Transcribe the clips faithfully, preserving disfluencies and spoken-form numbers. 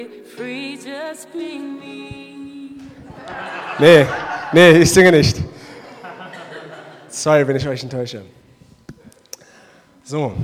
Free, just being me. Nee, nee, ich singe nicht. Sorry, wenn ich euch enttäusche. So.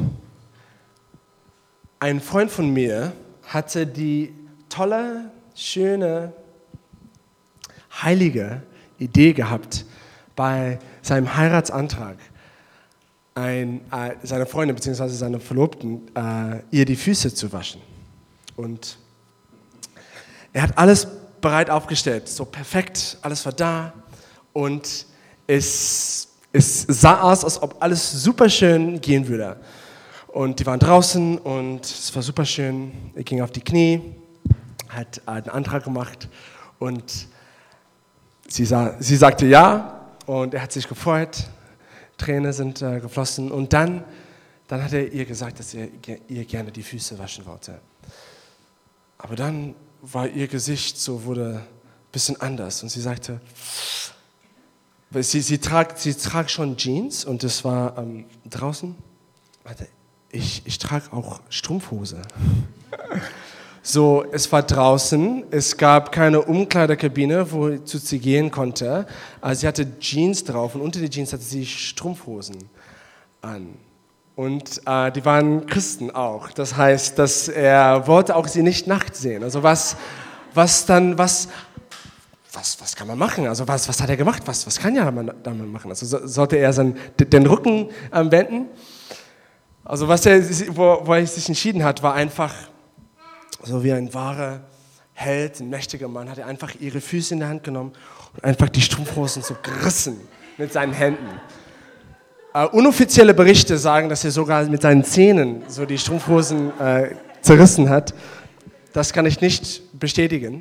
Ein Freund von mir hatte die tolle, schöne, heilige Idee gehabt, bei seinem Heiratsantrag ein, äh, seiner Freundin bzw. seiner Verlobten äh, ihr die Füße zu waschen. Und er hat alles bereit aufgestellt, so perfekt, alles war da und es, es sah aus, als ob alles super schön gehen würde. Und die waren draußen und es war super schön. Er ging auf die Knie, hat einen Antrag gemacht und sie, sah, sie sagte ja und er hat sich gefreut. Tränen sind äh, geflossen und dann, dann hat er ihr gesagt, dass er ihr gerne die Füße waschen wollte. Aber dann war ihr Gesicht so, wurde ein bisschen anders und sie sagte, sie, sie, trag, sie trag schon Jeans und das war ähm, draußen. Warte, ich, ich trage auch Strumpfhose. So, es war draußen, es gab keine Umkleidekabine, wo zu sie gehen konnte. Also sie hatte Jeans drauf und unter die Jeans hatte sie Strumpfhosen an. Und äh, die waren Christen auch. Das heißt, dass er wollte auch sie nicht nackt sehen. Also was, was dann, was, was, was kann man machen? Also was, was hat er gemacht? Was, was kann ja man damit machen? Also so, sollte er seinen, den Rücken ähm, wenden? Also was er, wo, wo er sich entschieden hat, war einfach, so wie ein wahrer Held, ein mächtiger Mann, hat er einfach ihre Füße in der Hand genommen und einfach die Strumpfhosen so gerissen mit seinen Händen. Uh, unoffizielle Berichte sagen, dass er sogar mit seinen Zähnen so die Strumpfhosen äh, zerrissen hat. Das kann ich nicht bestätigen.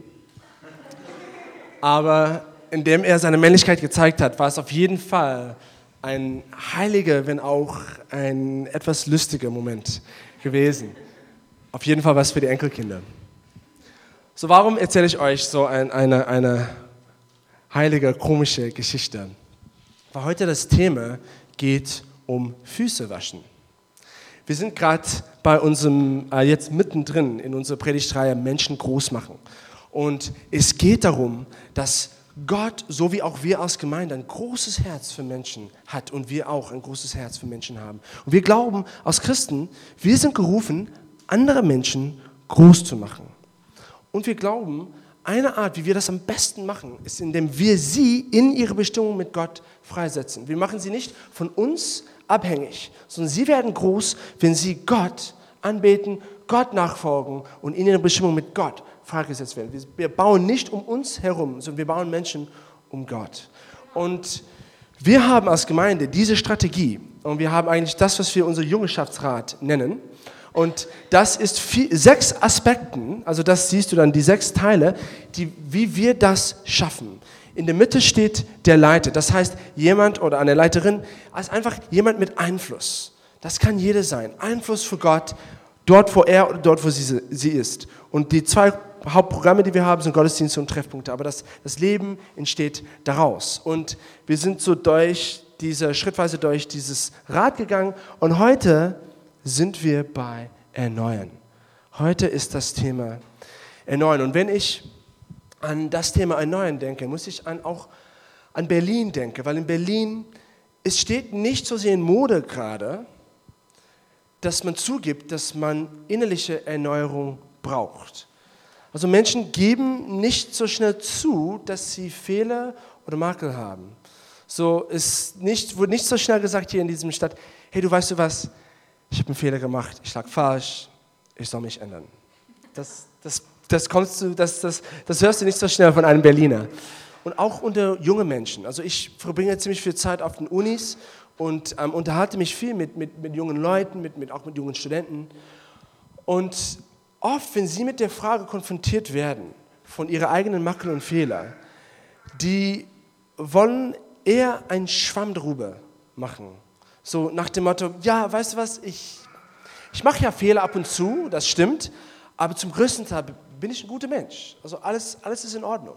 Aber indem er seine Männlichkeit gezeigt hat, war es auf jeden Fall ein heiliger, wenn auch ein etwas lustiger Moment gewesen. Auf jeden Fall was für die Enkelkinder. So, warum erzähle ich euch so ein, eine, eine heilige, komische Geschichte? Weil heute das Thema geht um Füße waschen. Wir sind gerade bei unserem, äh, jetzt mittendrin in unserer Predigtreihe Menschen groß machen. Und es geht darum, dass Gott, so wie auch wir als Gemeinde, ein großes Herz für Menschen hat und wir auch ein großes Herz für Menschen haben. Und wir glauben als Christen, wir sind gerufen, andere Menschen groß zu machen. Und wir glauben, eine Art, wie wir das am besten machen, ist, indem wir sie in ihre Bestimmung mit Gott freisetzen. Wir machen sie nicht von uns abhängig, sondern sie werden groß, wenn sie Gott anbeten, Gott nachfolgen und in ihre Bestimmung mit Gott freigesetzt werden. Wir bauen nicht um uns herum, sondern wir bauen Menschen um Gott. Und wir haben als Gemeinde diese Strategie und wir haben eigentlich das, was wir unser Jungenschaftsrat nennen. Und das ist vier, sechs Aspekten, also das siehst du dann, die sechs Teile, die, wie wir das schaffen. In der Mitte steht der Leiter, das heißt jemand oder eine Leiterin als einfach jemand mit Einfluss. Das kann jeder sein, Einfluss für Gott, dort wo er oder dort wo sie, sie ist. Und die zwei Hauptprogramme, die wir haben, sind Gottesdienste und Treffpunkte, aber das, das Leben entsteht daraus. Und wir sind so durch diese, schrittweise durch dieses Rad gegangen und heute sind wir bei Erneuern. Heute ist das Thema Erneuern. Und wenn ich an das Thema Erneuern denke, muss ich an, auch an Berlin denken, weil in Berlin, es steht nicht so sehr in Mode gerade, dass man zugibt, dass man innerliche Erneuerung braucht. Also Menschen geben nicht so schnell zu, dass sie Fehler oder Makel haben. So ist nicht, wurde nicht so schnell gesagt hier in diesem Stadt, hey, du weißt du was, ich habe einen Fehler gemacht, ich lag falsch, ich soll mich ändern. Das, das, das, kommst du, das, das, das hörst du nicht so schnell von einem Berliner. Und auch unter jungen Menschen. Also ich verbringe ziemlich viel Zeit auf den Unis und ähm, unterhalte mich viel mit, mit, mit jungen Leuten, mit, mit, auch mit jungen Studenten. Und oft, wenn sie mit der Frage konfrontiert werden, von ihren eigenen Makel und Fehler, die wollen eher einen Schwamm drüber machen. So nach dem Motto, ja, weißt du was, ich, ich mache ja Fehler ab und zu, das stimmt, aber zum größten Teil bin ich ein guter Mensch. Also alles, alles ist in Ordnung.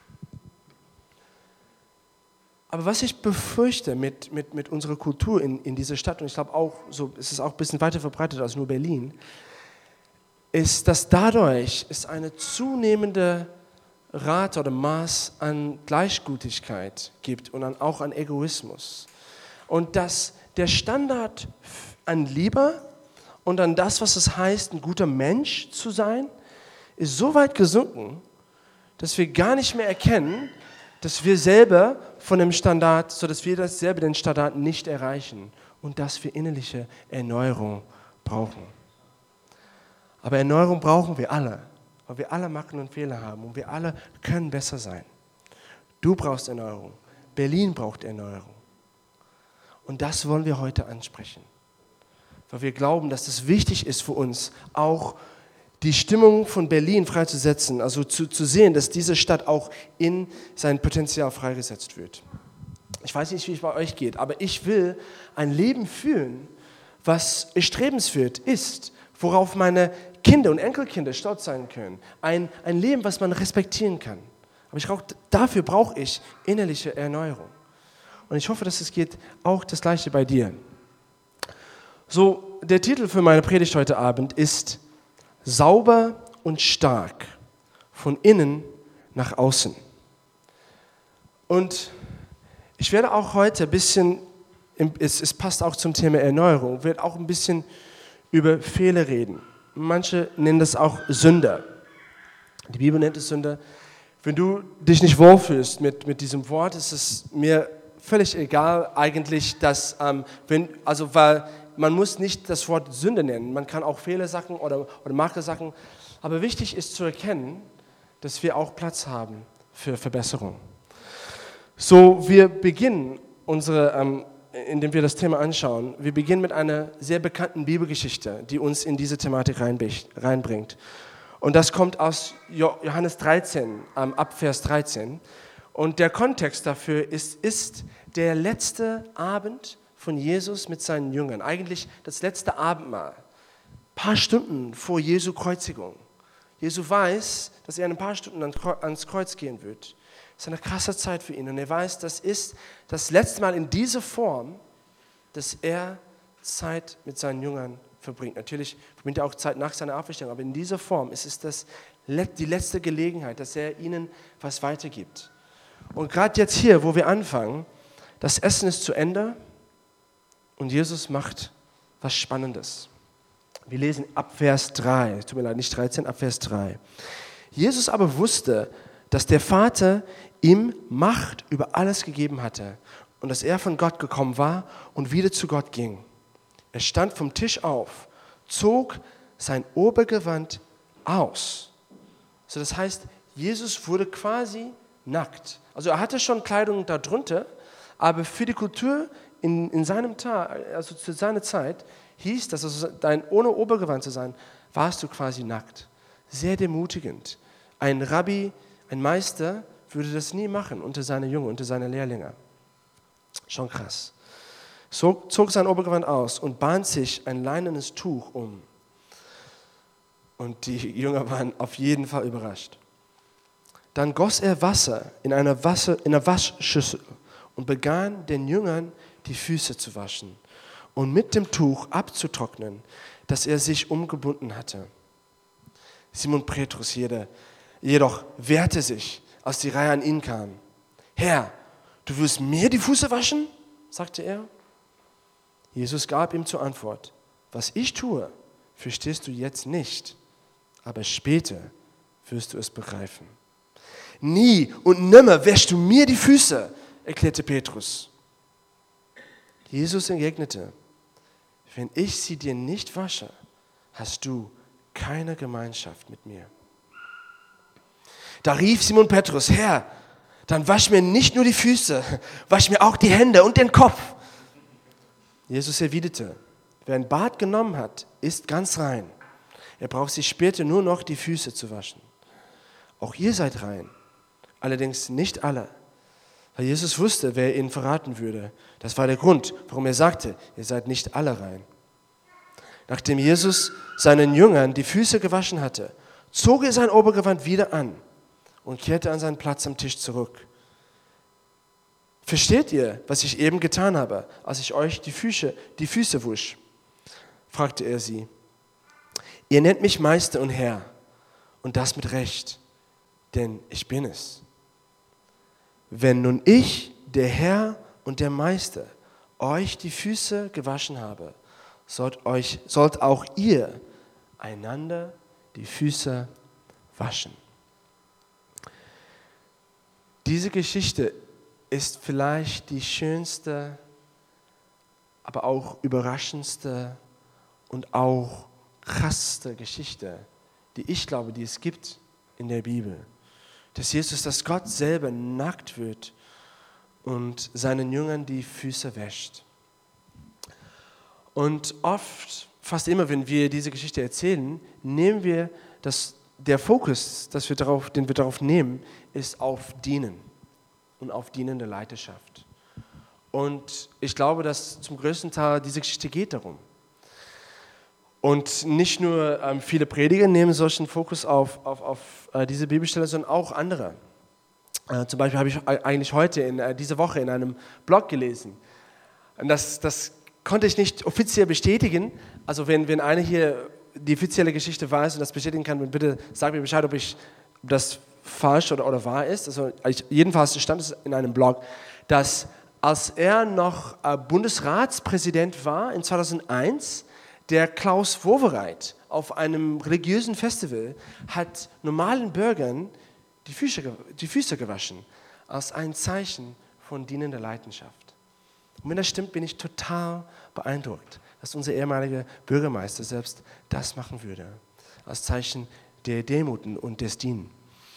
Aber was ich befürchte mit, mit, mit unserer Kultur in, in dieser Stadt, und ich glaube auch, so, es ist auch ein bisschen weiter verbreitet als nur Berlin, ist, dass dadurch es eine zunehmende Rate oder Maß an Gleichgültigkeit gibt und dann auch an Egoismus. Und dass der Standard an Liebe und an das, was es heißt, ein guter Mensch zu sein, ist so weit gesunken, dass wir gar nicht mehr erkennen, dass wir selber von dem Standard, so dass wir das selber den Standard nicht erreichen und dass wir innerliche Erneuerung brauchen. Aber Erneuerung brauchen wir alle, weil wir alle Macken und Fehler haben und wir alle können besser sein. Du brauchst Erneuerung, Berlin braucht Erneuerung. Und das wollen wir heute ansprechen, weil wir glauben, dass es wichtig ist für uns, auch die Stimmung von Berlin freizusetzen, also zu, zu sehen, dass diese Stadt auch in sein Potenzial freigesetzt wird. Ich weiß nicht, wie es bei euch geht, aber ich will ein Leben führen, was erstrebenswert ist, worauf meine Kinder und Enkelkinder stolz sein können. Ein, ein Leben, was man respektieren kann. Aber ich brauch, dafür brauche ich innerliche Erneuerung. Und ich hoffe, dass es geht auch das Gleiche bei dir. So, der Titel für meine Predigt heute Abend ist Sauber und stark, von innen nach außen. Und ich werde auch heute ein bisschen, es, es passt auch zum Thema Erneuerung, werde auch ein bisschen über Fehler reden. Manche nennen das auch Sünder. Die Bibel nennt es Sünder. Wenn du dich nicht wohlfühlst mit, mit diesem Wort, ist es mir völlig egal eigentlich, dass, ähm, wenn, also weil man muss nicht das Wort Sünde nennen, man kann auch Fehler sagen oder, oder Makel sagen, aber wichtig ist zu erkennen, dass wir auch Platz haben für Verbesserung. So, wir beginnen unsere, ähm, indem wir das Thema anschauen, wir beginnen mit einer sehr bekannten Bibelgeschichte, die uns in diese Thematik reinbringt. Und das kommt aus Johannes dreizehn, ähm, ab Vers dreizehn. Und der Kontext dafür ist, ist der letzte Abend von Jesus mit seinen Jüngern. Eigentlich das letzte Abendmahl. Ein paar Stunden vor Jesu Kreuzigung. Jesus weiß, dass er in ein paar Stunden ans Kreuz gehen wird. Das ist eine krasse Zeit für ihn. Und er weiß, das ist das letzte Mal in dieser Form, dass er Zeit mit seinen Jüngern verbringt. Natürlich verbringt er auch Zeit nach seiner Auferstehung, aber in dieser Form ist es das, die letzte Gelegenheit, dass er ihnen was weitergibt. Und gerade jetzt hier, wo wir anfangen, das Essen ist zu Ende und Jesus macht was Spannendes. Wir lesen ab Vers drei, tut mir leid, nicht dreizehn, ab Vers drei. Jesus aber wusste, dass der Vater ihm Macht über alles gegeben hatte und dass er von Gott gekommen war und wieder zu Gott ging. Er stand vom Tisch auf, zog sein Obergewand aus. So, das heißt, Jesus wurde quasi nackt. Also er hatte schon Kleidung darunter, aber für die Kultur in, in seinem Tag, also zu seiner Zeit, hieß das, also dein, ohne Obergewand zu sein, warst du quasi nackt. Sehr demutigend. Ein Rabbi, ein Meister würde das nie machen unter seine Jünger, unter seine Lehrlinge. Schon krass. So zog sein Obergewand aus und band sich ein leinenes Tuch um. Und die Jünger waren auf jeden Fall überrascht. Dann goss er Wasser in einer, Wasser, in einer Waschschüssel und begann den Jüngern die Füße zu waschen und mit dem Tuch abzutrocknen, das er sich umgebunden hatte. Simon Petrus jedoch wehrte sich, als die Reihe an ihn kam. Herr, du willst mir die Füße waschen? Sagte er. Jesus gab ihm zur Antwort, was ich tue, verstehst du jetzt nicht, aber später wirst du es begreifen. Nie und nimmer wäschst du mir die Füße, erklärte Petrus. Jesus entgegnete, wenn ich sie dir nicht wasche, hast du keine Gemeinschaft mit mir. Da rief Simon Petrus, Herr, dann wasch mir nicht nur die Füße, wasch mir auch die Hände und den Kopf. Jesus erwiderte, wer ein Bad genommen hat, ist ganz rein. Er braucht sich später nur noch die Füße zu waschen. Auch ihr seid rein, allerdings nicht alle. Weil Jesus wusste, wer ihn verraten würde. Das war der Grund, warum er sagte, ihr seid nicht alle rein. Nachdem Jesus seinen Jüngern die Füße gewaschen hatte, zog er sein Obergewand wieder an und kehrte an seinen Platz am Tisch zurück. Versteht ihr, was ich eben getan habe, als ich euch die Füße, die Füße wusch? Fragte er sie. Ihr nennt mich Meister und Herr, und das mit Recht, denn ich bin es. Wenn nun ich, der Herr und der Meister, euch die Füße gewaschen habe, sollt, euch, sollt auch ihr einander die Füße waschen. Diese Geschichte ist vielleicht die schönste, aber auch überraschendste und auch krasseste Geschichte, die ich glaube, die es gibt in der Bibel. Dass Jesus, dass Gott selber nackt wird und seinen Jüngern die Füße wäscht. Und oft, fast immer, wenn wir diese Geschichte erzählen, nehmen wir, das, der Fokus, das wir darauf, den wir darauf nehmen, ist auf Dienen und auf dienende Leiterschaft. Und ich glaube, dass zum größten Teil diese Geschichte geht darum. Und nicht nur ähm, viele Prediger nehmen solchen Fokus auf, auf, auf äh, diese Bibelstelle, sondern auch andere. Äh, zum Beispiel habe ich eigentlich heute, in, äh, diese Woche, in einem Blog gelesen. Und das, das konnte ich nicht offiziell bestätigen. Also wenn, wenn einer hier die offizielle Geschichte weiß und das bestätigen kann, bitte sag mir Bescheid, ob, ich, ob das falsch oder, oder wahr ist. Also ich, jedenfalls stand es in einem Blog, dass als er noch äh, Bundesratspräsident war in zweitausendeins, der Klaus Wowereit auf einem religiösen Festival hat normalen Bürgern die Füße, die Füße gewaschen, als ein Zeichen von dienender Leidenschaft. Und wenn das stimmt, bin ich total beeindruckt, dass unser ehemaliger Bürgermeister selbst das machen würde, als Zeichen der Demut und des Dienen.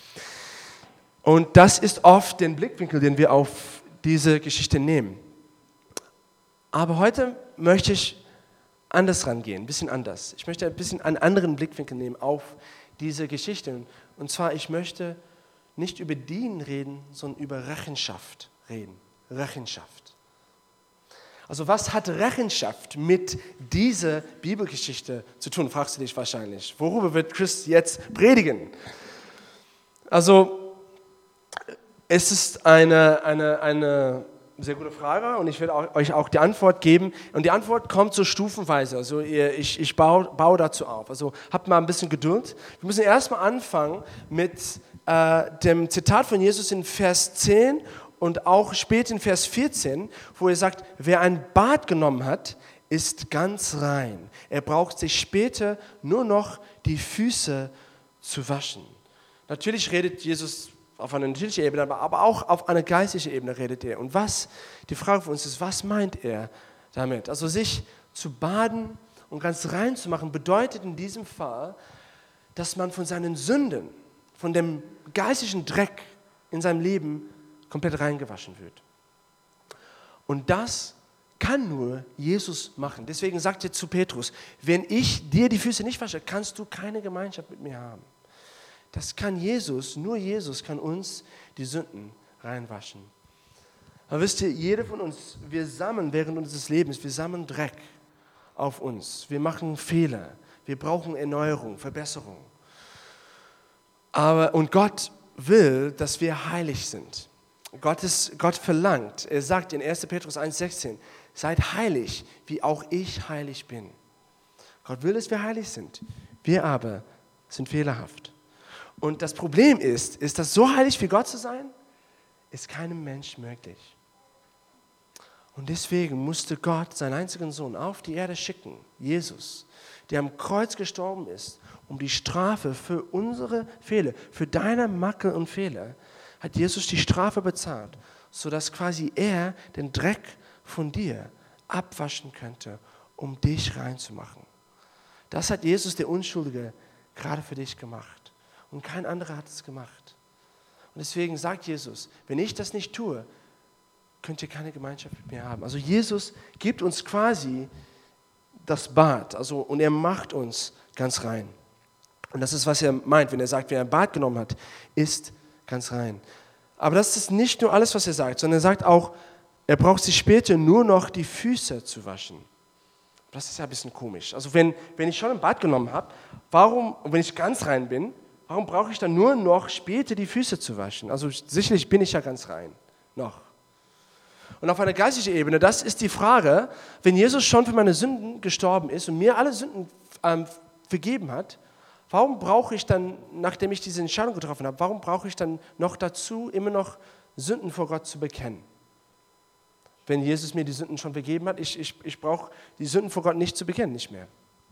Und das ist oft der Blickwinkel, den wir auf diese Geschichte nehmen. Aber heute möchte ich anders rangehen, ein bisschen anders. Ich möchte ein bisschen einen anderen Blickwinkel nehmen auf diese Geschichte. Und zwar, ich möchte nicht über Dienen reden, sondern über Rechenschaft reden. Rechenschaft. Also was hat Rechenschaft mit dieser Bibelgeschichte zu tun, fragst du dich wahrscheinlich. Worüber wird Chris jetzt predigen? Also es ist eine, eine, eine sehr gute Frage und ich werde euch auch die Antwort geben. Und die Antwort kommt so stufenweise. Also ich, ich baue, baue dazu auf. Also habt mal ein bisschen Geduld. Wir müssen erstmal anfangen mit äh, dem Zitat von Jesus in Vers zehn und auch später in Vers vierzehn, wo er sagt, wer ein Bad genommen hat, ist ganz rein. Er braucht sich später nur noch die Füße zu waschen. Natürlich redet Jesus auf einer natürlichen Ebene, aber auch auf einer geistlichen Ebene redet er. Und was, die Frage für uns ist, was meint er damit? Also sich zu baden und ganz rein zu machen, bedeutet in diesem Fall, dass man von seinen Sünden, von dem geistlichen Dreck in seinem Leben komplett reingewaschen wird. Und das kann nur Jesus machen. Deswegen sagt er zu Petrus, wenn ich dir die Füße nicht wasche, kannst du keine Gemeinschaft mit mir haben. Das kann Jesus, nur Jesus kann uns die Sünden reinwaschen. Aber wisst ihr, jeder von uns, wir sammeln während unseres Lebens, wir sammeln Dreck auf uns. Wir machen Fehler. Wir brauchen Erneuerung, Verbesserung. Aber, und Gott will, dass wir heilig sind. Gott, ist, Gott verlangt, er sagt in erster Petrus eins sechzehn, seid heilig, wie auch ich heilig bin. Gott will, dass wir heilig sind. Wir aber sind fehlerhaft. Und das Problem ist, ist, dass so heilig wie Gott zu sein, ist keinem Mensch möglich. Und deswegen musste Gott seinen einzigen Sohn auf die Erde schicken, Jesus, der am Kreuz gestorben ist, um die Strafe für unsere Fehler, für deine Makel und Fehler, hat Jesus die Strafe bezahlt, sodass quasi er den Dreck von dir abwaschen könnte, um dich reinzumachen. Das hat Jesus, der Unschuldige, gerade für dich gemacht. Und kein anderer hat es gemacht. Und deswegen sagt Jesus, wenn ich das nicht tue, könnt ihr keine Gemeinschaft mit mir haben. Also Jesus gibt uns quasi das Bad, also, und er macht uns ganz rein. Und das ist, was er meint, wenn er sagt, wer ein Bad genommen hat, ist ganz rein. Aber das ist nicht nur alles, was er sagt, sondern er sagt auch, er braucht sich später nur noch die Füße zu waschen. Das ist ja ein bisschen komisch. Also wenn, wenn ich schon ein Bad genommen habe, warum, wenn ich ganz rein bin, warum brauche ich dann nur noch später die Füße zu waschen? Also sicherlich bin ich ja ganz rein, noch. Und auf einer geistlichen Ebene, das ist die Frage, wenn Jesus schon für meine Sünden gestorben ist und mir alle Sünden ähm, vergeben hat, warum brauche ich dann, nachdem ich diese Entscheidung getroffen habe, warum brauche ich dann noch dazu, immer noch Sünden vor Gott zu bekennen? Wenn Jesus mir die Sünden schon vergeben hat, ich, ich, ich brauche die Sünden vor Gott nicht zu bekennen, nicht mehr.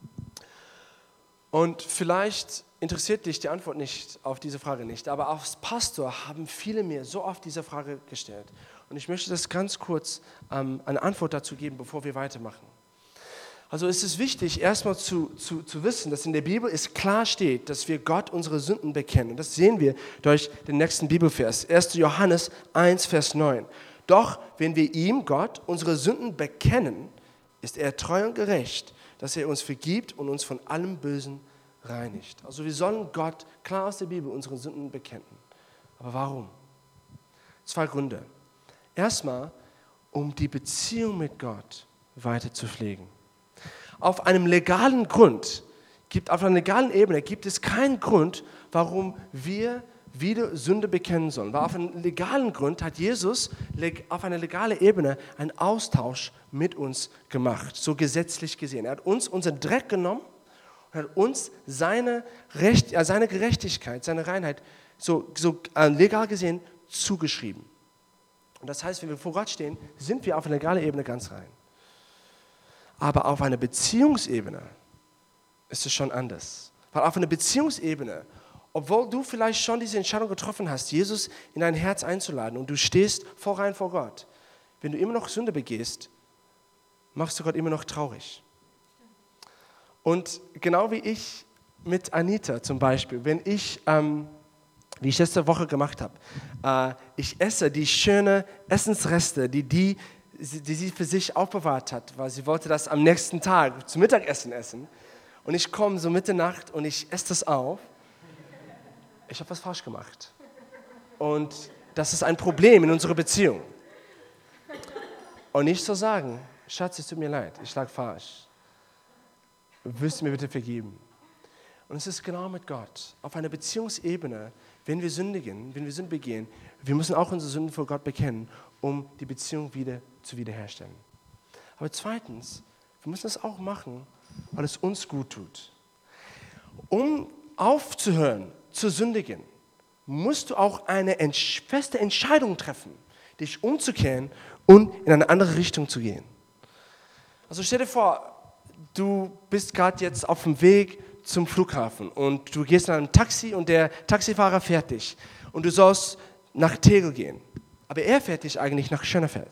Und vielleicht interessiert dich die Antwort nicht auf diese Frage nicht, aber als Pastor haben viele mir so oft diese Frage gestellt. Und ich möchte das ganz kurz ähm, eine Antwort dazu geben, bevor wir weitermachen. Also es ist wichtig, erstmal zu, zu, zu wissen, dass in der Bibel es klar steht, dass wir Gott unsere Sünden bekennen. Und das sehen wir durch den nächsten Bibelvers, erster Johannes eins, Vers neun. Doch wenn wir ihm, Gott, unsere Sünden bekennen, ist er treu und gerecht, dass er uns vergibt und uns von allem Bösen reinigt. Also wir sollen Gott klar aus der Bibel unsere Sünden bekennen. Aber warum? Zwei Gründe. Erstmal, um die Beziehung mit Gott weiter zu pflegen. Auf einem legalen Grund, gibt, auf einer legalen Ebene gibt es keinen Grund, warum wir wieder Sünde bekennen sollen. Weil auf einem legalen Grund hat Jesus auf einer legalen Ebene einen Austausch mit uns gemacht, so gesetzlich gesehen. Er hat uns unseren Dreck genommen und hat uns seine, Recht, äh, seine Gerechtigkeit, seine Reinheit, so, so äh, legal gesehen, zugeschrieben. Und das heißt, wenn wir vor Gott stehen, sind wir auf einer legalen Ebene ganz rein. Aber auf einer Beziehungsebene ist es schon anders. Weil auf einer Beziehungsebene, obwohl du vielleicht schon diese Entscheidung getroffen hast, Jesus in dein Herz einzuladen und du stehst vorrein vor Gott, wenn du immer noch Sünde begehst, machst du Gott immer noch traurig. Und genau wie ich mit Anita zum Beispiel, wenn ich, ähm, wie ich letzte Woche gemacht habe, äh, ich esse die schönen Essensreste, die, die, die sie für sich aufbewahrt hat, weil sie wollte das am nächsten Tag zum Mittagessen essen. Und ich komme so Mitternacht und ich esse das auf. Ich habe was falsch gemacht. Und das ist ein Problem in unserer Beziehung. Und nicht so sagen, Schatz, es tut mir leid, ich lag falsch. Willst du mir bitte vergeben? Und es ist genau mit Gott. Auf einer Beziehungsebene, wenn wir sündigen, wenn wir Sünde begehen, wir müssen auch unsere Sünden vor Gott bekennen, um die Beziehung wieder zu wiederherstellen. Aber zweitens, wir müssen das auch machen, weil es uns gut tut. Um aufzuhören, zu sündigen, musst du auch eine feste Entscheidung treffen, dich umzukehren und in eine andere Richtung zu gehen. Also stell dir vor, du bist gerade jetzt auf dem Weg zum Flughafen und du gehst in einem Taxi und der Taxifahrer fährt dich und du sollst nach Tegel gehen, aber er fährt dich eigentlich nach Schönefeld.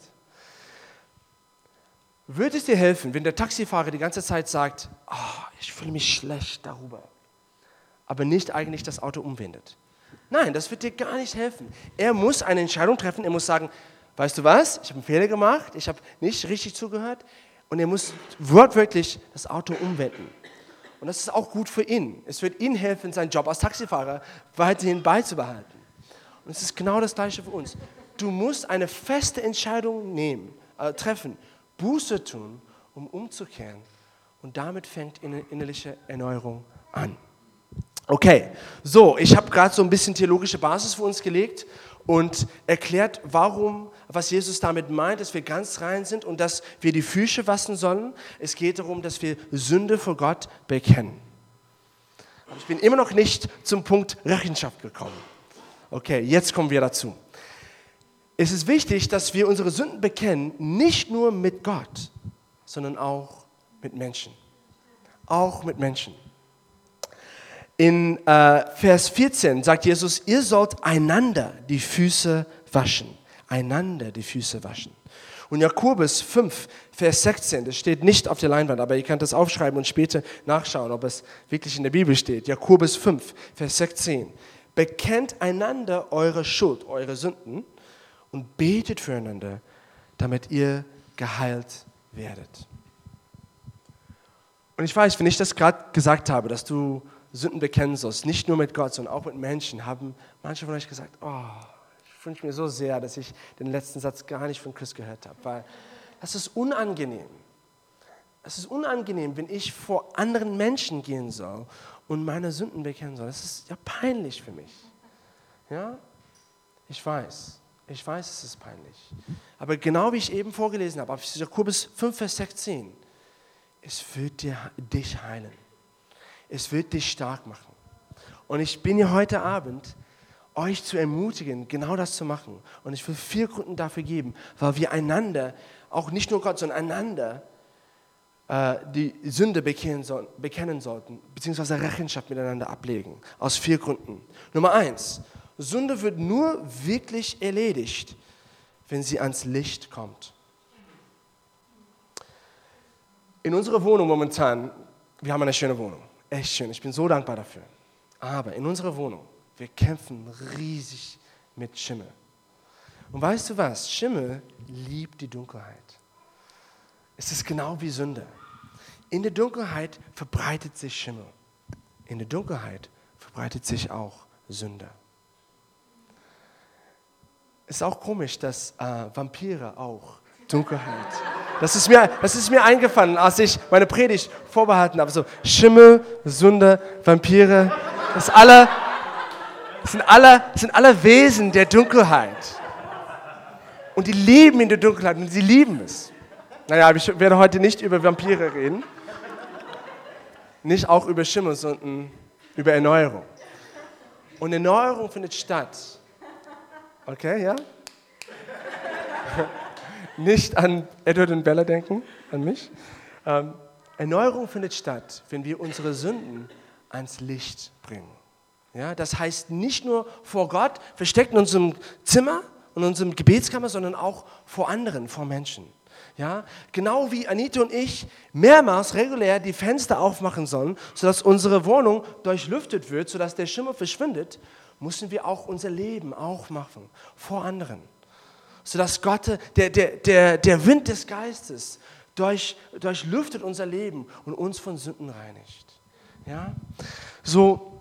Würde es dir helfen, wenn der Taxifahrer die ganze Zeit sagt, oh, ich fühle mich schlecht darüber, aber nicht eigentlich das Auto umwendet? Nein, das wird dir gar nicht helfen. Er muss eine Entscheidung treffen, er muss sagen, weißt du was, ich habe einen Fehler gemacht, ich habe nicht richtig zugehört und er muss wortwörtlich das Auto umwenden. Und das ist auch gut für ihn. Es wird ihm helfen, seinen Job als Taxifahrer weiterhin beizubehalten. Und es ist genau das Gleiche für uns. Du musst eine feste Entscheidung nehmen, äh, treffen, Buße tun, um umzukehren. Und damit fängt innerliche Erneuerung an. Okay, so, ich habe gerade so ein bisschen theologische Basis für uns gelegt und erklärt, warum, was Jesus damit meint, dass wir ganz rein sind und dass wir die Füße waschen sollen. Es geht darum, dass wir Sünde vor Gott bekennen. Aber ich bin immer noch nicht zum Punkt Rechenschaft gekommen. Okay, jetzt kommen wir dazu. Es ist wichtig, dass wir unsere Sünden bekennen, nicht nur mit Gott, sondern auch mit Menschen. Auch mit Menschen. In äh, Vers vierzehn sagt Jesus, ihr sollt einander die Füße waschen. Einander die Füße waschen. Und Jakobus fünf, Vers sechzehn, das steht nicht auf der Leinwand, aber ihr könnt das aufschreiben und später nachschauen, ob es wirklich in der Bibel steht. Jakobus fünf, Vers sechzehn. Bekennt einander eure Schuld, eure Sünden und betet füreinander, damit ihr geheilt werdet. Und ich weiß, wenn ich das gerade gesagt habe, dass du Sünden bekennen sollst, nicht nur mit Gott, sondern auch mit Menschen, haben manche von euch gesagt, oh, ich wünsche mir so sehr, dass ich den letzten Satz gar nicht von Chris gehört habe, weil das ist unangenehm. Es ist unangenehm, wenn ich vor anderen Menschen gehen soll und meine Sünden bekennen soll. Das ist ja peinlich für mich. Ja? Ich weiß, ich weiß, es ist peinlich. Aber genau wie ich eben vorgelesen habe, auf Jakobus fünf, Vers sechzehn, es wird dir, dich heilen. es wird dich stark machen. Und ich bin hier heute Abend, euch zu ermutigen, genau das zu machen. Und ich will vier Gründe dafür geben, weil wir einander, auch nicht nur Gott, sondern einander, äh, die Sünde bekennen, soll, bekennen sollten, beziehungsweise Rechenschaft miteinander ablegen. Aus vier Gründen. Nummer eins, Sünde wird nur wirklich erledigt, wenn sie ans Licht kommt. In unserer Wohnung momentan, wir haben eine schöne Wohnung, echt schön, ich bin so dankbar dafür. Aber in unserer Wohnung, wir kämpfen riesig mit Schimmel. Und weißt du was? Schimmel liebt die Dunkelheit. Es ist genau wie Sünde. In der Dunkelheit verbreitet sich Schimmel. In der Dunkelheit verbreitet sich auch Sünde. Es ist auch komisch, dass äh, Vampire auch Dunkelheit. Das ist, mir, das ist mir eingefallen, als ich meine Predigt vorbehalten habe. So Schimmel, Sünde, Vampire, das, alle, das, sind alle, das sind alle Wesen der Dunkelheit. Und die leben in der Dunkelheit und sie lieben es. Naja, ich werde heute nicht über Vampire reden. Nicht auch über Schimmel, sondern über Erneuerung. Und Erneuerung findet statt. Okay, ja? Nicht an Edward und Bella denken, an mich. Ähm, Erneuerung findet statt, wenn wir unsere Sünden ans Licht bringen. Ja, das heißt nicht nur vor Gott, versteckt in unserem Zimmer und unserem Gebetskammer, sondern auch vor anderen, vor Menschen. Ja, genau wie Anita und ich mehrmals regulär die Fenster aufmachen sollen, sodass unsere Wohnung durchlüftet wird, sodass der Schimmel verschwindet, müssen wir auch unser Leben aufmachen vor anderen. Sodass Gott, der, der, der, der Wind des Geistes, durch, durchlüftet unser Leben und uns von Sünden reinigt. Ja, so,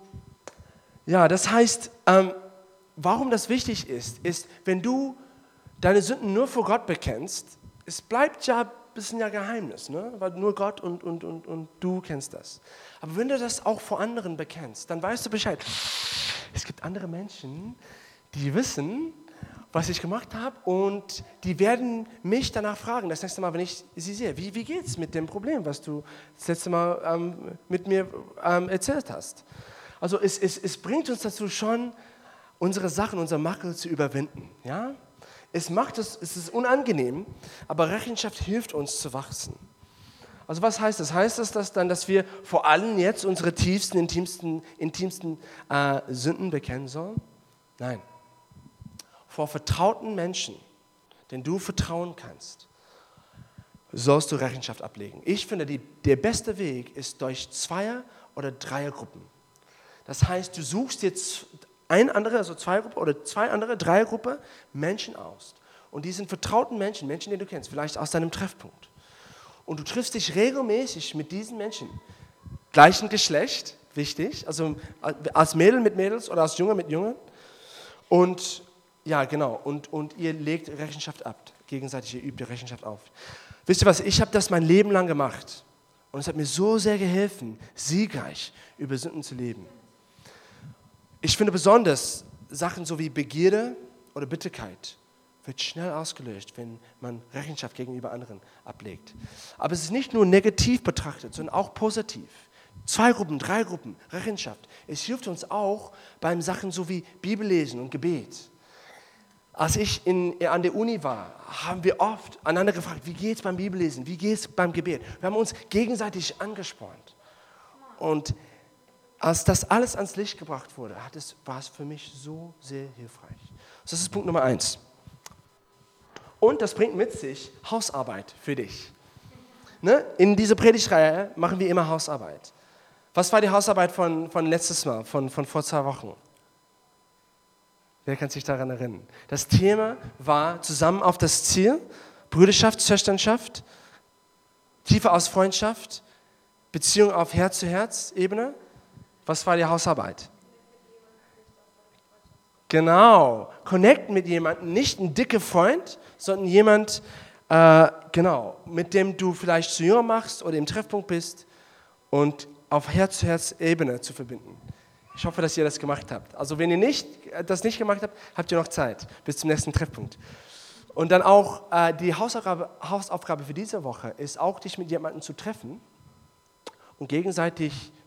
ja, das heißt, ähm, warum das wichtig ist, ist, wenn du deine Sünden nur vor Gott bekennst, es bleibt ja ein bisschen ja Geheimnis, ne? Weil nur Gott und, und, und, und du kennst das. Aber wenn du das auch vor anderen bekennst, dann weißt du Bescheid. Es gibt andere Menschen, die wissen, was ich gemacht habe und die werden mich danach fragen, das nächste Mal, wenn ich sie sehe, wie, wie geht es mit dem Problem, was du das letzte Mal ähm, mit mir ähm, erzählt hast. Also es, es, es bringt uns dazu schon, unsere Sachen, unsere Makel zu überwinden. Ja? Es macht es, es ist unangenehm, aber Rechenschaft hilft uns zu wachsen. Also was heißt das? Heißt das, dass dann, dass wir vor allem jetzt unsere tiefsten, intimsten, intimsten äh, Sünden bekennen sollen? Nein. Vor vertrauten Menschen, denen du vertrauen kannst, sollst du Rechenschaft ablegen. Ich finde, die, der beste Weg ist durch Zweier- oder Dreiergruppen. Das heißt, du suchst jetzt ein andere, also Zweiergruppe oder zwei andere, Dreiergruppe Menschen aus. Und die sind vertrauten Menschen, Menschen, die du kennst, vielleicht aus deinem Treffpunkt. Und du triffst dich regelmäßig mit diesen Menschen. Gleichen Geschlecht, wichtig, also als Mädel mit Mädels oder als Junge mit Jungen. Und ja, genau, und, und ihr legt Rechenschaft ab, gegenseitig, ihr übt die Rechenschaft auf. Wisst ihr was, ich habe das mein Leben lang gemacht. Und es hat mir so sehr geholfen, siegreich über Sünden zu leben. Ich finde besonders Sachen so wie Begierde oder Bitterkeit wird schnell ausgelöscht, wenn man Rechenschaft gegenüber anderen ablegt. Aber es ist nicht nur negativ betrachtet, sondern auch positiv. Zwei Gruppen, drei Gruppen, Rechenschaft. Es hilft uns auch beim Sachen so wie Bibellesen und Gebet. Als ich in, an der Uni war, haben wir oft einander gefragt, wie geht es beim Bibellesen, wie geht es beim Gebet. Wir haben uns gegenseitig angespornt. Und als das alles ans Licht gebracht wurde, hat es, war es für mich so sehr hilfreich. Das ist Punkt Nummer eins. Und das bringt mit sich Hausarbeit für dich. Ne? In dieser Predigtreihe machen wir immer Hausarbeit. Was war die Hausarbeit von, von letztes Mal, von, von vor zwei Wochen? Wer kann sich daran erinnern? Das Thema war zusammen auf das Ziel, Brüderschaft, Schwesternschaft, Tiefe aus Freundschaft, Beziehung auf Herz-zu-Herz-Ebene. Was war die Hausarbeit? Genau, connect mit jemandem, nicht ein dicker Freund, sondern jemand, äh, genau, mit dem du vielleicht zu jung machst oder im Treffpunkt bist und auf Herz-zu-Herz-Ebene zu verbinden. Ich hoffe, dass ihr das gemacht habt. Also wenn ihr nicht, das nicht gemacht habt, habt ihr noch Zeit bis zum nächsten Treffpunkt. Und dann auch äh, die Hausaufgabe, Hausaufgabe für diese Woche ist auch, dich mit jemandem zu treffen und gegenseitig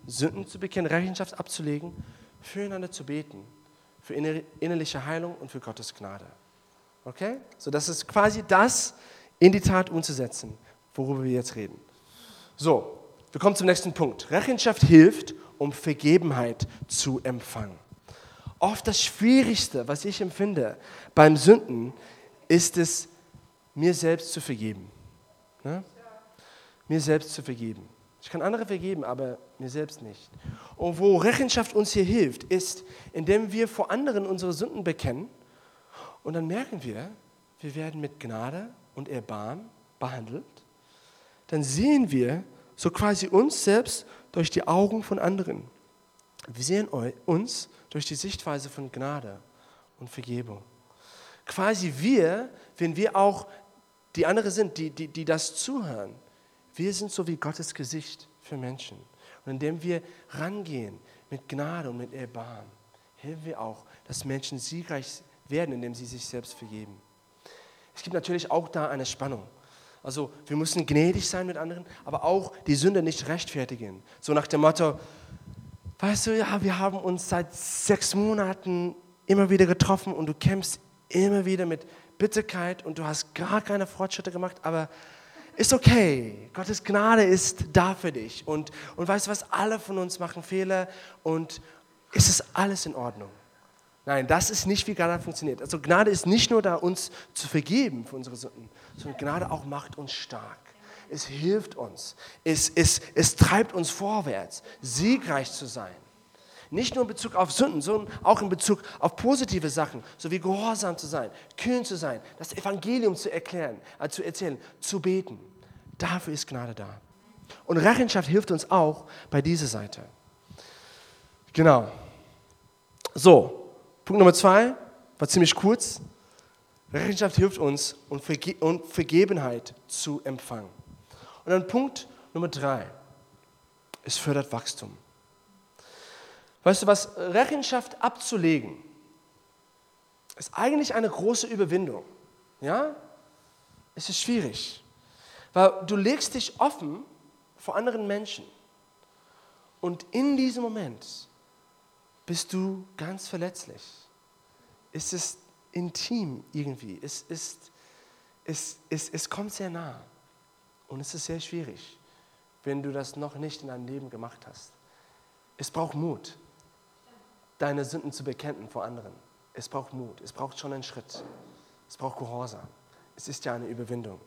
Sünden zu bekennen, Rechenschaft abzulegen, füreinander zu beten, für innerliche Heilung und für Gottes Gnade. Okay? So, das ist quasi das in die Tat umzusetzen, worüber wir jetzt reden. So, wir kommen zum nächsten Punkt. Rechenschaft hilft, um Vergebenheit zu empfangen. Oft das Schwierigste, was ich empfinde beim Sünden, ist es, mir selbst zu vergeben. Ne? Mir selbst zu vergeben. Ich kann andere vergeben, aber mir selbst nicht. Und wo Rechenschaft uns hier hilft, ist, indem wir vor anderen unsere Sünden bekennen und dann merken wir, wir werden mit Gnade und Erbarmen behandelt. Dann sehen wir so quasi uns selbst durch die Augen von anderen. Wir sehen uns durch die Sichtweise von Gnade und Vergebung. Quasi wir, wenn wir auch die anderen sind, die, die, die das zuhören, wir sind so wie Gottes Gesicht für Menschen. Und indem wir rangehen mit Gnade und mit Erbarmen, helfen wir auch, dass Menschen siegreich werden, indem sie sich selbst vergeben. Es gibt natürlich auch da eine Spannung. Also wir müssen gnädig sein mit anderen, aber auch die Sünde nicht rechtfertigen. So nach dem Motto, weißt du, ja, wir haben uns seit sechs Monaten immer wieder getroffen und du kämpfst immer wieder mit Bitterkeit und du hast gar keine Fortschritte gemacht, aber ist okay. Gottes Gnade ist da für dich. Und, und weißt du was, alle von uns machen Fehler und es ist alles in Ordnung. Nein, das ist nicht, wie Gnade funktioniert. Also Gnade ist nicht nur da, uns zu vergeben für unsere Sünden, sondern Gnade auch macht uns stark. Es hilft uns. Es, es, es treibt uns vorwärts, siegreich zu sein. Nicht nur in Bezug auf Sünden, sondern auch in Bezug auf positive Sachen, so wie gehorsam zu sein, kühn zu sein, das Evangelium zu erklären, äh, zu erzählen, zu beten. Dafür ist Gnade da. Und Rechenschaft hilft uns auch bei dieser Seite. Genau. So, Punkt Nummer zwei, war ziemlich kurz. Rechenschaft hilft uns, um Verge- um Vergebenheit zu empfangen. Und dann Punkt Nummer drei, es fördert Wachstum. Weißt du was, Rechenschaft abzulegen, ist eigentlich eine große Überwindung. Ja? Es ist schwierig, weil du legst dich offen vor anderen Menschen und in diesem Moment bist du ganz verletzlich. Es ist intim irgendwie, es, ist, es, es, es kommt sehr nah und es ist sehr schwierig, wenn du das noch nicht in deinem Leben gemacht hast. Es braucht Mut, deine Sünden zu bekennen vor anderen. Es braucht Mut, es braucht schon einen Schritt. Es braucht Gehorsam. Es ist ja eine Überwindung.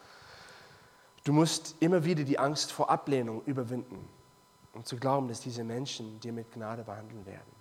Du musst immer wieder die Angst vor Ablehnung überwinden, um zu glauben, dass diese Menschen dir mit Gnade behandeln werden.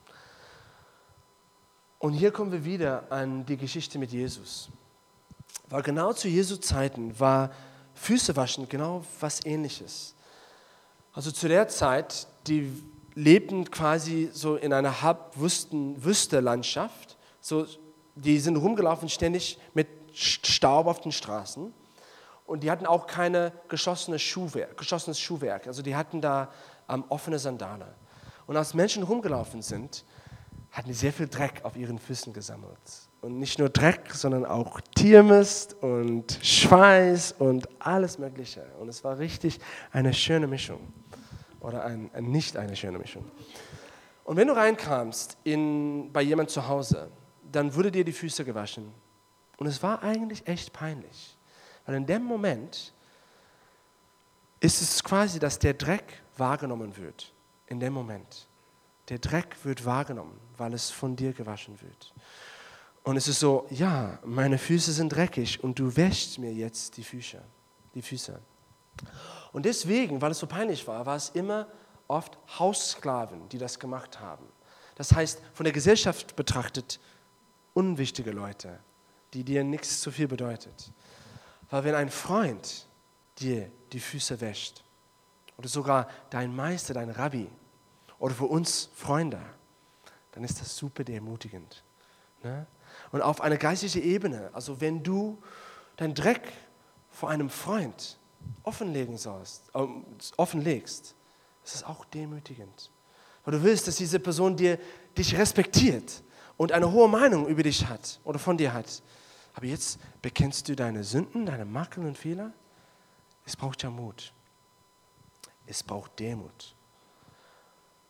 Und hier kommen wir wieder an die Geschichte mit Jesus. Weil genau zu Jesu Zeiten war Füße waschen genau was Ähnliches. Also zu der Zeit, die lebten quasi so in einer Halbwüstenlandschaft. So, die sind rumgelaufen ständig mit Staub auf den Straßen. Und die hatten auch keine geschossene Schuhwerk, geschossenes Schuhwerk. Also die hatten da ähm, offene Sandale. Und als Menschen rumgelaufen sind, hatten die sehr viel Dreck auf ihren Füßen gesammelt. Und nicht nur Dreck, sondern auch Tiermist und Schweiß und alles Mögliche. Und es war richtig eine schöne Mischung. Oder ein, ein, nicht eine schöne Mischung. Und wenn du reinkamst in, bei jemand zu Hause, dann wurde dir die Füße gewaschen. Und es war eigentlich echt peinlich. Weil in dem Moment ist es quasi, dass der Dreck wahrgenommen wird. In dem Moment. Der Dreck wird wahrgenommen, weil es von dir gewaschen wird. Und es ist so, ja, meine Füße sind dreckig und du wäschst mir jetzt die Füße. Die Füße. Und deswegen, weil es so peinlich war, war es immer oft Haussklaven, die das gemacht haben. Das heißt, von der Gesellschaft betrachtet, unwichtige Leute, die dir nichts zu viel bedeutet. Weil wenn ein Freund dir die Füße wäscht, oder sogar dein Meister, dein Rabbi, oder für uns Freunde, dann ist das super ermutigend. Ne? Und auf einer geistlichen Ebene, also wenn du deinen Dreck vor einem Freund offenlegen sollst, äh, offenlegst, ist es auch demütigend. Weil du willst, dass diese Person dir, dich respektiert und eine hohe Meinung über dich hat oder von dir hat. Aber jetzt bekennst du deine Sünden, deine Makel und Fehler. Es braucht ja Mut. Es braucht Demut.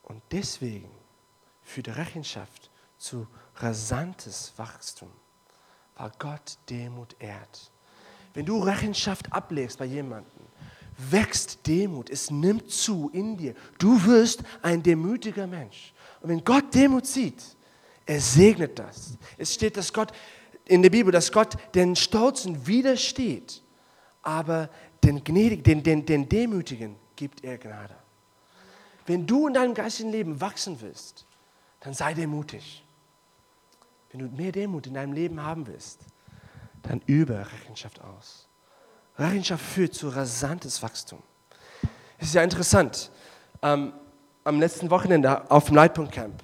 Und deswegen führt Rechenschaft zu rasantes Wachstum, weil Gott Demut ehrt. Wenn du Rechenschaft ablegst bei jemandem, wächst Demut, es nimmt zu in dir. Du wirst ein demütiger Mensch. Und wenn Gott Demut sieht, er segnet das. Es steht, dass Gott in der Bibel, dass Gott den Stolzen widersteht, aber den Gnädigen, den, den, den Demütigen gibt er Gnade. Wenn du in deinem geistigen Leben wachsen willst, dann sei demutig. Wenn du mehr Demut in deinem Leben haben willst, dann übe Rechenschaft aus. Rechenschaft führt zu rasantes Wachstum. Es ist ja interessant, ähm, am letzten Wochenende auf dem Leitpunkt Camp,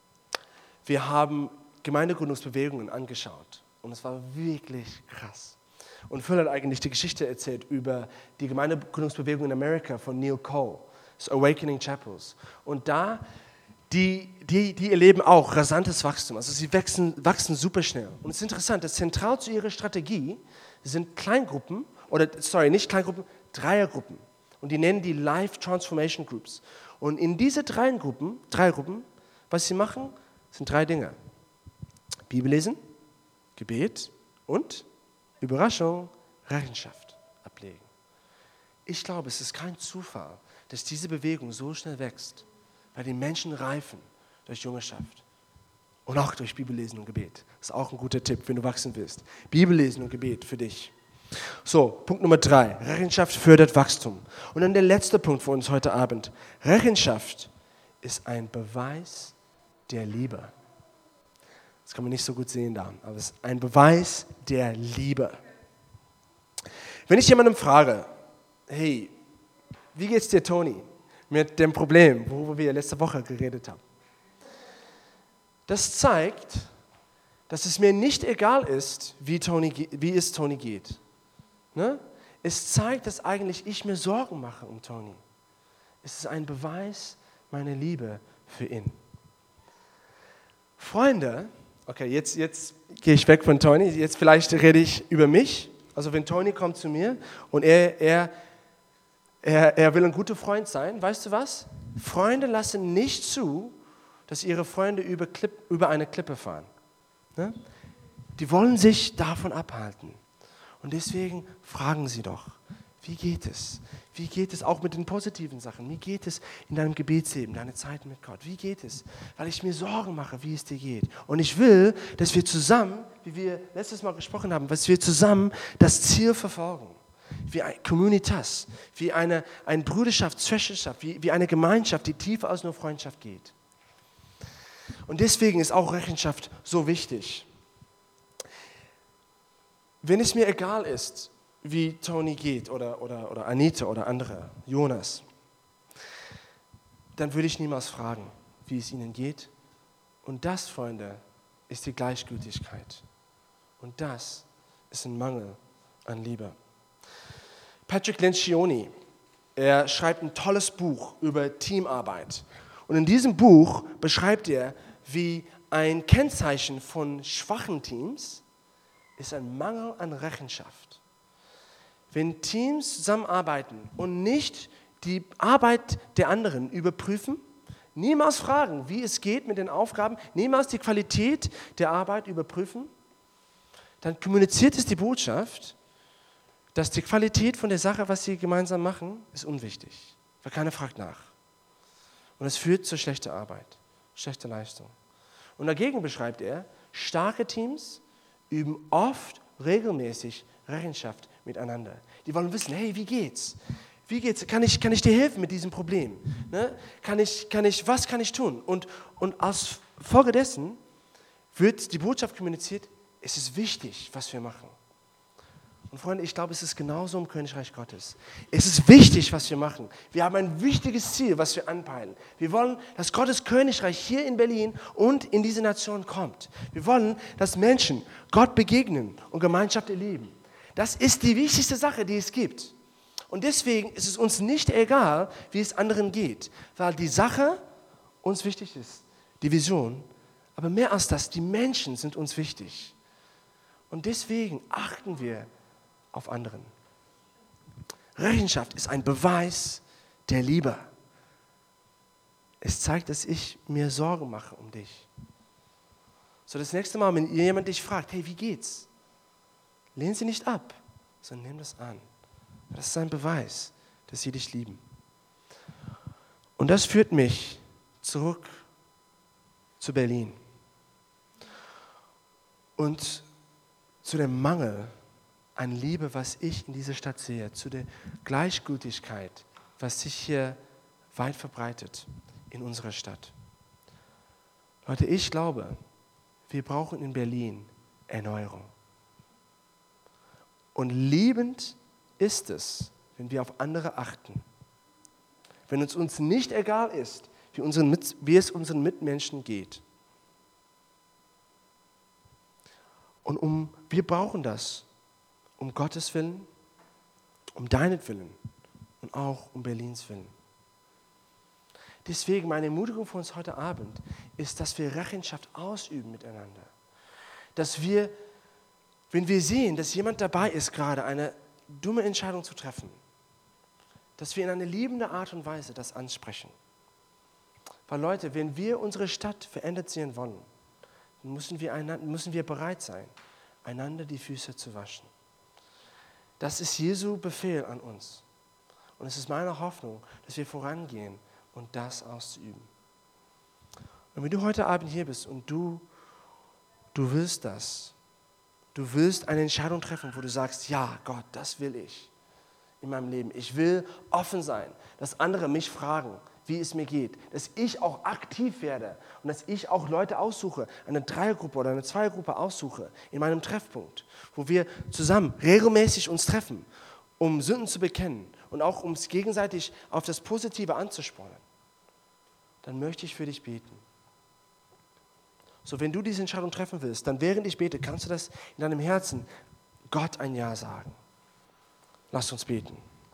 wir haben Gemeindegründungsbewegungen angeschaut und es war wirklich krass. Und Phil hat eigentlich die Geschichte erzählt über die Gemeindegründungsbewegung in Amerika von Neil Cole, das Awakening Chapels. Und da, die, die, die erleben auch rasantes Wachstum. Also sie wachsen, wachsen super schnell. Und es ist interessant, dass zentral zu ihrer Strategie sind Kleingruppen, oder sorry, nicht Kleingruppen, Dreiergruppen. Und die nennen die Life Transformation Groups. Und in diese drei Gruppen, drei Gruppen, was sie machen, sind drei Dinge. Bibel lesen, Gebet und Überraschung, Rechenschaft ablegen. Ich glaube, es ist kein Zufall, dass diese Bewegung so schnell wächst, weil die Menschen reifen durch Jüngerschaft und auch durch Bibellesen und Gebet. Das ist auch ein guter Tipp, wenn du wachsen willst. Bibellesen und Gebet für dich. So, Punkt Nummer drei. Rechenschaft fördert Wachstum. Und dann der letzte Punkt für uns heute Abend. Rechenschaft ist ein Beweis der Liebe. Das kann man nicht so gut sehen da, aber es ist ein Beweis der Liebe. Wenn ich jemandem frage, hey, wie geht's dir, Toni, mit dem Problem, worüber wir letzte Woche geredet haben? Das zeigt, dass es mir nicht egal ist, wie, Toni, wie es Toni geht. Ne? Es zeigt, dass eigentlich ich mir Sorgen mache um Toni. Es ist ein Beweis meiner Liebe für ihn. Freunde, okay, jetzt, jetzt gehe ich weg von Toni, jetzt vielleicht rede ich über mich. Also wenn Toni kommt zu mir und er, er, er, er will ein guter Freund sein, weißt du was? Freunde lassen nicht zu, dass ihre Freunde über, Klipp, über eine Klippe fahren. Ne? Die wollen sich davon abhalten. Und deswegen fragen sie doch, wie geht es? Wie geht es auch mit den positiven Sachen? Wie geht es in deinem Gebetsleben, deine Zeit mit Gott? Wie geht es? Weil ich mir Sorgen mache, wie es dir geht. Und ich will, dass wir zusammen, wie wir letztes Mal gesprochen haben, dass wir zusammen das Ziel verfolgen. Wie ein Communitas, wie eine, eine Bruderschaft, Schwesterschaft, wie, wie eine Gemeinschaft, die tiefer als nur Freundschaft geht. Und deswegen ist auch Rechenschaft so wichtig. Wenn es mir egal ist, wie Toni geht oder, oder, oder Anita oder andere, Jonas, dann würde ich niemals fragen, wie es ihnen geht. Und das, Freunde, ist die Gleichgültigkeit. Und das ist ein Mangel an Liebe. Patrick Lencioni, er schreibt ein tolles Buch über Teamarbeit. Und in diesem Buch beschreibt er, wie ein Kennzeichen von schwachen Teams ist ein Mangel an Rechenschaft. Wenn Teams zusammenarbeiten und nicht die Arbeit der anderen überprüfen, niemals fragen, wie es geht mit den Aufgaben, niemals die Qualität der Arbeit überprüfen, dann kommuniziert es die Botschaft, dass die Qualität von der Sache, was sie gemeinsam machen, ist unwichtig, weil keiner fragt nach. Und es führt zu schlechter Arbeit, schlechter Leistung. Und dagegen beschreibt er, starke Teams üben oft regelmäßig Rechenschaft miteinander. Die wollen wissen, hey, wie geht's? Wie geht's? Kann ich, kann ich dir helfen mit diesem Problem? Ne? Kann ich, kann ich, was kann ich tun? Und, und als Folge dessen wird die Botschaft kommuniziert, es ist wichtig, was wir machen. Und Freunde, ich glaube, es ist genauso im Königreich Gottes. Es ist wichtig, was wir machen. Wir haben ein wichtiges Ziel, was wir anpeilen. Wir wollen, dass Gottes Königreich hier in Berlin und in diese Nation kommt. Wir wollen, dass Menschen Gott begegnen und Gemeinschaft erleben. Das ist die wichtigste Sache, die es gibt. Und deswegen ist es uns nicht egal, wie es anderen geht, weil die Sache uns wichtig ist, die Vision. Aber mehr als das, die Menschen sind uns wichtig. Und deswegen achten wir auf anderen. Rechenschaft ist ein Beweis der Liebe. es zeigt, dass ich mir Sorgen mache um dich. So, das nächste Mal, wenn jemand dich fragt, hey, wie geht's? Lehn sie nicht ab, sondern nimm das an. Das ist ein Beweis, dass sie dich lieben. Und das führt mich zurück zu Berlin und zu dem Mangel an Liebe, was ich in dieser Stadt sehe, zu der Gleichgültigkeit, was sich hier weit verbreitet in unserer Stadt. Leute, ich glaube, wir brauchen in Berlin Erneuerung. Und liebend ist es, wenn wir auf andere achten. Wenn es uns nicht egal ist, wie, unseren, wie es unseren Mitmenschen geht. Und um, wir brauchen das, um Gottes Willen, um deinetwillen und auch um Berlins Willen. Deswegen meine Ermutigung für uns heute Abend ist, dass wir Rechenschaft ausüben miteinander. Dass wir, wenn wir sehen, dass jemand dabei ist, gerade eine dumme Entscheidung zu treffen, dass wir in einer liebenden Art und Weise das ansprechen. Weil Leute, wenn wir unsere Stadt verändert sehen wollen, dann müssen wir, einander, müssen wir bereit sein, einander die Füße zu waschen. Das ist Jesu Befehl an uns. Und es ist meine Hoffnung, dass wir vorangehen und das auszuüben. Und wenn du heute Abend hier bist und du, du willst das, du willst eine Entscheidung treffen, wo du sagst, ja Gott, das will ich in meinem Leben. Ich will offen sein, dass andere mich fragen, wie es mir geht, dass ich auch aktiv werde und dass ich auch Leute aussuche, eine Dreiergruppe oder eine Zweiergruppe aussuche in meinem Treffpunkt, wo wir zusammen regelmäßig uns treffen, um Sünden zu bekennen und auch um es gegenseitig auf das Positive anzuspornen. Dann möchte ich für dich beten. So, wenn du diese Entscheidung treffen willst, dann während ich bete, kannst du das in deinem Herzen Gott ein Ja sagen. Lasst uns beten.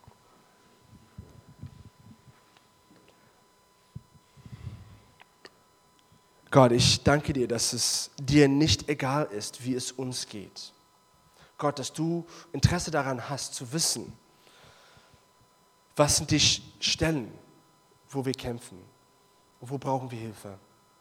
Gott, ich danke dir, dass es dir nicht egal ist, wie es uns geht. Gott, dass du Interesse daran hast, zu wissen, was sind die Stellen, wo wir kämpfen und wo brauchen wir Hilfe.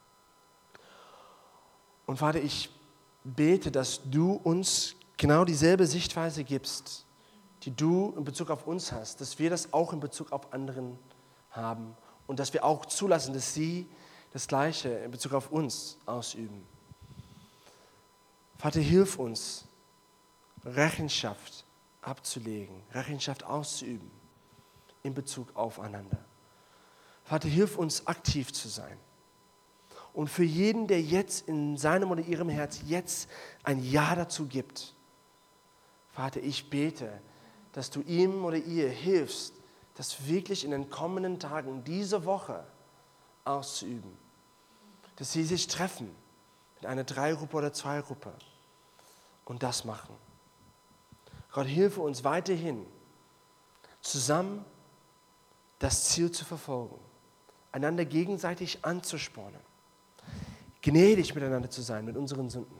Und Vater, ich bete, dass du uns genau dieselbe Sichtweise gibst, die du in Bezug auf uns hast, dass wir das auch in Bezug auf anderen haben und dass wir auch zulassen, dass sie das Gleiche in Bezug auf uns ausüben. Vater, hilf uns, Rechenschaft abzulegen, Rechenschaft auszuüben in Bezug aufeinander. Vater, hilf uns, aktiv zu sein. Und für jeden, der jetzt in seinem oder ihrem Herz jetzt ein Ja dazu gibt, Vater, ich bete, dass du ihm oder ihr hilfst, das wirklich in den kommenden Tagen, diese Woche auszuüben. Dass sie sich treffen mit einer Dreiergruppe oder Zweiergruppe und das machen. Gott, hilfe uns weiterhin, zusammen das Ziel zu verfolgen, einander gegenseitig anzuspornen, gnädig miteinander zu sein mit unseren Sünden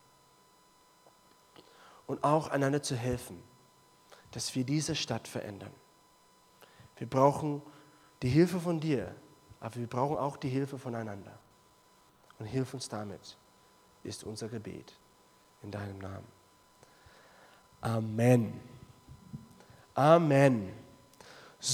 und auch einander zu helfen, dass wir diese Stadt verändern. Wir brauchen die Hilfe von dir, aber wir brauchen auch die Hilfe voneinander. Und hilf uns damit, ist unser Gebet in deinem Namen. Amen. Amen.